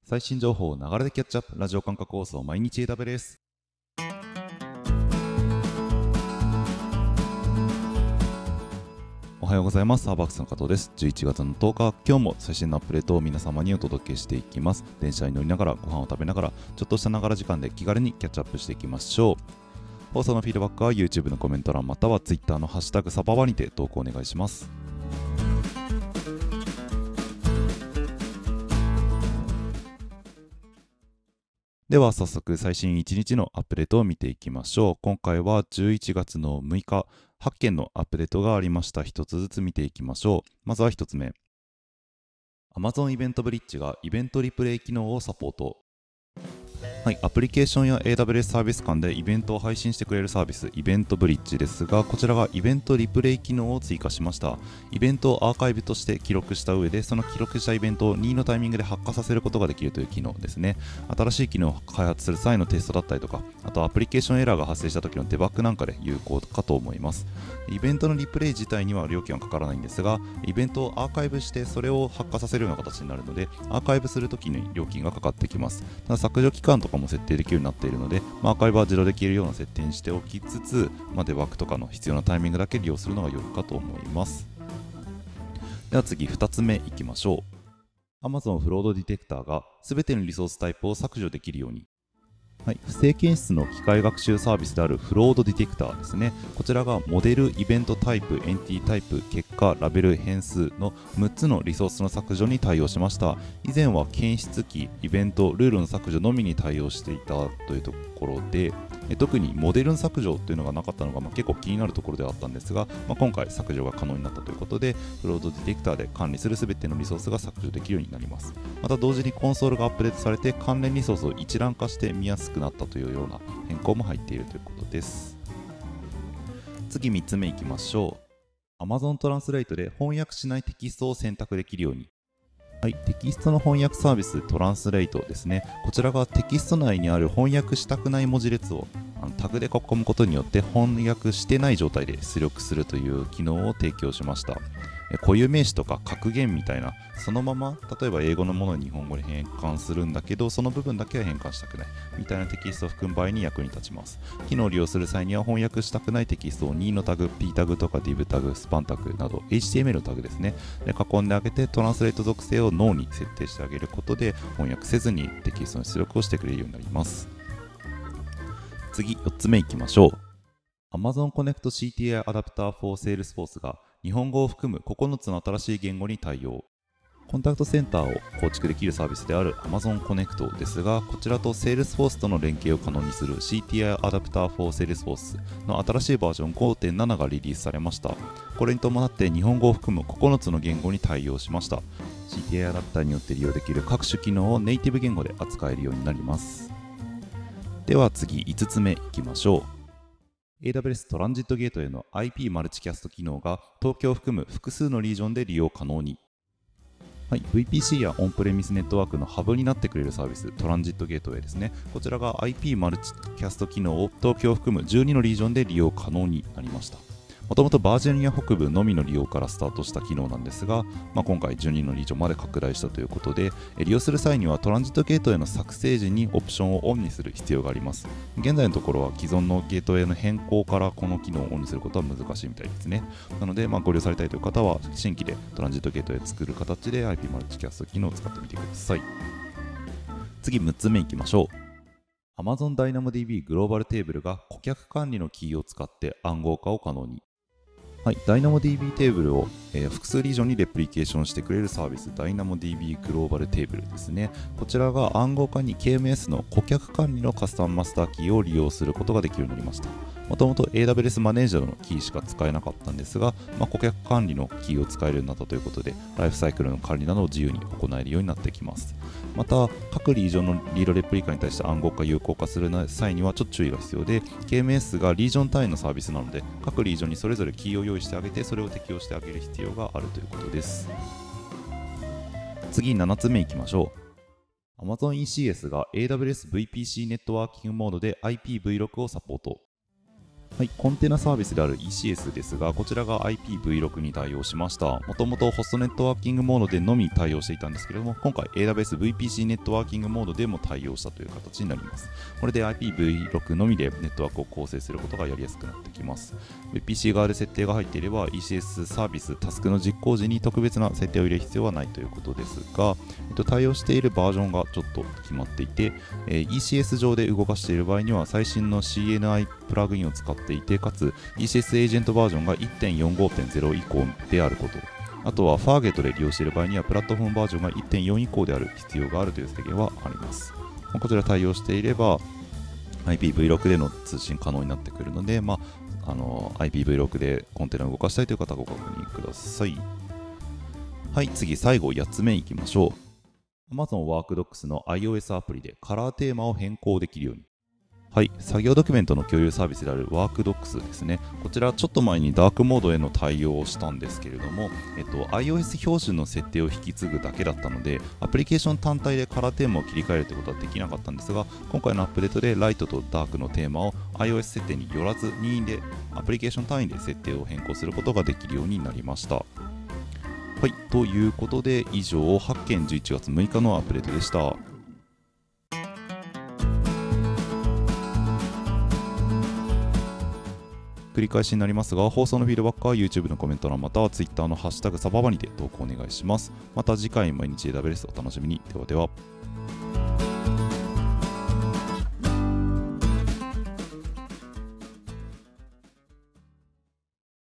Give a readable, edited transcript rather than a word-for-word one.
最新情報をながらでキャッチアップ、ラジオ感覚放送毎日 AW です。おはようございます。ハーバックスの加藤です。11月の10日、今日も最新のアップデートを皆様にお届けしていきます。電車に乗りながら、ご飯を食べながら、ちょっとしたながら時間で気軽にキャッチアップしていきましょう。放送のフィードバックは YouTube のコメント欄または Twitter のハッシュタグサババにて投稿お願いします。では早速最新1日のアップデートを見ていきましょう。今回は11月の6日、8件のアップデートがありました。1つずつ見ていきましょう。まずは1つ目。Amazon イベントブリッジがイベントリプレイ機能をサポート。はい、アプリケーションや AWS サービス間でイベントを配信してくれるサービス、イベントブリッジですが、こちらがイベントリプレイ機能を追加しました。イベントをアーカイブとして記録した上で、その記録したイベントを任意のタイミングで発火させることができるという機能ですね。新しい機能を開発する際のテストだったりとか、あとアプリケーションエラーが発生した時のデバッグなんかで有効かと思います。イベントのリプレイ自体には料金はかからないんですが、イベントをアーカイブしてそれを発火させるような形になるので、アーカイブするときに料金がかかってきます。ただ削除期間とかも設定できるようになっているので、アーカイブは自動で消えるような設定にしておきつつ、デバッグとかの必要なタイミングだけ利用するのが良いかと思います。では次2つ目いきましょう。 Amazon フロードディテクターが全てのリソースタイプを削除できるように。はい、不正検出の機械学習サービスであるフロードディテクターですね。こちらがモデル、イベントタイプ、エンティタイプ、結果、ラベル、変数の6つのリソースの削除に対応しました。以前は検出機、イベント、ルールの削除のみに対応していたというところで、特にモデルの削除というのがなかったのが結構気になるところではあったんですが、今回削除が可能になったということで、フロードディテクターで管理する全てのリソースが削除できるようになります。また同時にコンソールがアップデートされて関連リソースを一覧化して見やすくなったというような変更も入っているということです。次3つ目いきましょう。 Amazon トランスレートで翻訳しないテキストを選択できるように。はい、テキストの翻訳サービストランスレートですね。こちらがテキスト内にある翻訳したくない文字列をタグで囲むことによって翻訳してない状態で出力するという機能を提供しました。固有名詞とか格言みたいな、そのまま例えば英語のものを日本語に変換するんだけど、その部分だけは変換したくないみたいなテキストを含む場合に役に立ちます。機能を利用する際には翻訳したくないテキストを任意のタグ、P タグとか Div タグ、スパンタグなど HTML のタグですねで囲んであげて、トランスレート属性をノーに設定してあげることで翻訳せずにテキストの出力をしてくれるようになります。次4つ目いきましょう。 Amazon Connect CTI Adapter for Salesforce が日本語を含む9つの新しい言語に対応。コンタクトセンターを構築できるサービスである Amazon Connect ですが、こちらと Salesforce との連携を可能にする CTI Adapter for Salesforce の新しいバージョン 5.7 がリリースされました。これに伴って日本語を含む9つの言語に対応しました。 CTI アダプターによって利用できる各種機能をネイティブ言語で扱えるようになります。では次5つ目いきましょう。AWS トランジットゲートへの IP マルチキャスト機能が東京を含む複数のリージョンで利用可能に。はい、VPC やオンプレミスネットワークのハブになってくれるサービス、トランジットゲートウェイですね。こちらが IP マルチキャスト機能を東京を含む12のリージョンで利用可能になりました。もともとバージニア北部のみの利用からスタートした機能なんですが、今回12のリージョンまで拡大したということで、利用する際にはトランジットゲートウェイの作成時にオプションをオンにする必要があります。現在のところは既存のゲートウェイの変更からこの機能をオンにすることは難しいみたいですね。なので、ご利用されたいという方は新規でトランジットゲートウェイを作る形で IP マルチキャスト機能を使ってみてください。次6つ目いきましょう。 Amazon DynamoDB グローバルテーブルが顧客管理のキーを使って暗号化を可能に。はい、DynamoDB テーブルを、複数リージョンにレプリケーションしてくれるサービス DynamoDB グローバルテーブルですね。こちらが暗号化に KMS の顧客管理のカスタムマスターキーを利用することができるようになりました。もともと AWS マネージャーのキーしか使えなかったんですが、顧客管理のキーを使えるようになったということで、ライフサイクルの管理などを自由に行えるようになってきます。また、各リージョンのリードレプリカに対して暗号化有効化する際にはちょっと注意が必要で、KMS がリージョン単位のサービスなので、各リージョンにそれぞれキーを用意してあげて、それを適用してあげる必要があるということです。次7つ目いきましょう。 Amazon ECS が AWS VPC ネットワーキングモードで IPv6 をサポート。 はい、コンテナサービスである ECS ですが、こちらが IPv6 に対応しました。もともとホストネットワーキングモードでのみ対応していたんですけれども、今回 AWS VPC ネットワーキングモードでも対応したという形になります。これで IPv6 のみでネットワークを構成することがやりやすくなってきます。VPC 側で設定が入っていれば ECS サービス、タスクの実行時に特別な設定を入れる必要はないということですが、対応しているバージョンがちょっと決まっていて、ECS 上で動かしている場合には最新の CNI プラグインを使っていて、かつ ECS エージェントバージョンが 1.45.0 以降であること、あとはファーゲットで利用している場合にはプラットフォームバージョンが 1.4 以降である必要があるという制限はあります。こちら対応していれば IPv6 での通信可能になってくるので、IPv6 でコンテナを動かしたいという方はご確認ください。はい、次最後8つ目いきましょう。Amazon WorkDocs の iOS アプリでカラーテーマを変更できるように。はい、作業ドキュメントの共有サービスである WorkDocs ですね。こちらちょっと前にダークモードへの対応をしたんですけれども、iOS 標準の設定を引き継ぐだけだったので、アプリケーション単体でカラーテーマを切り替えるということはできなかったんですが、今回のアップデートでライトとダークのテーマを iOS 設定によらず任意でアプリケーション単位で設定を変更することができるようになりました。はい、ということで以上8件11月6日のアップデートでした。繰り返しになりますが、放送のフィードバックは YouTube のコメント欄または Twitter のハッシュタグサババにて投稿お願いします。また次回毎日 AWS お楽しみに。ではでは。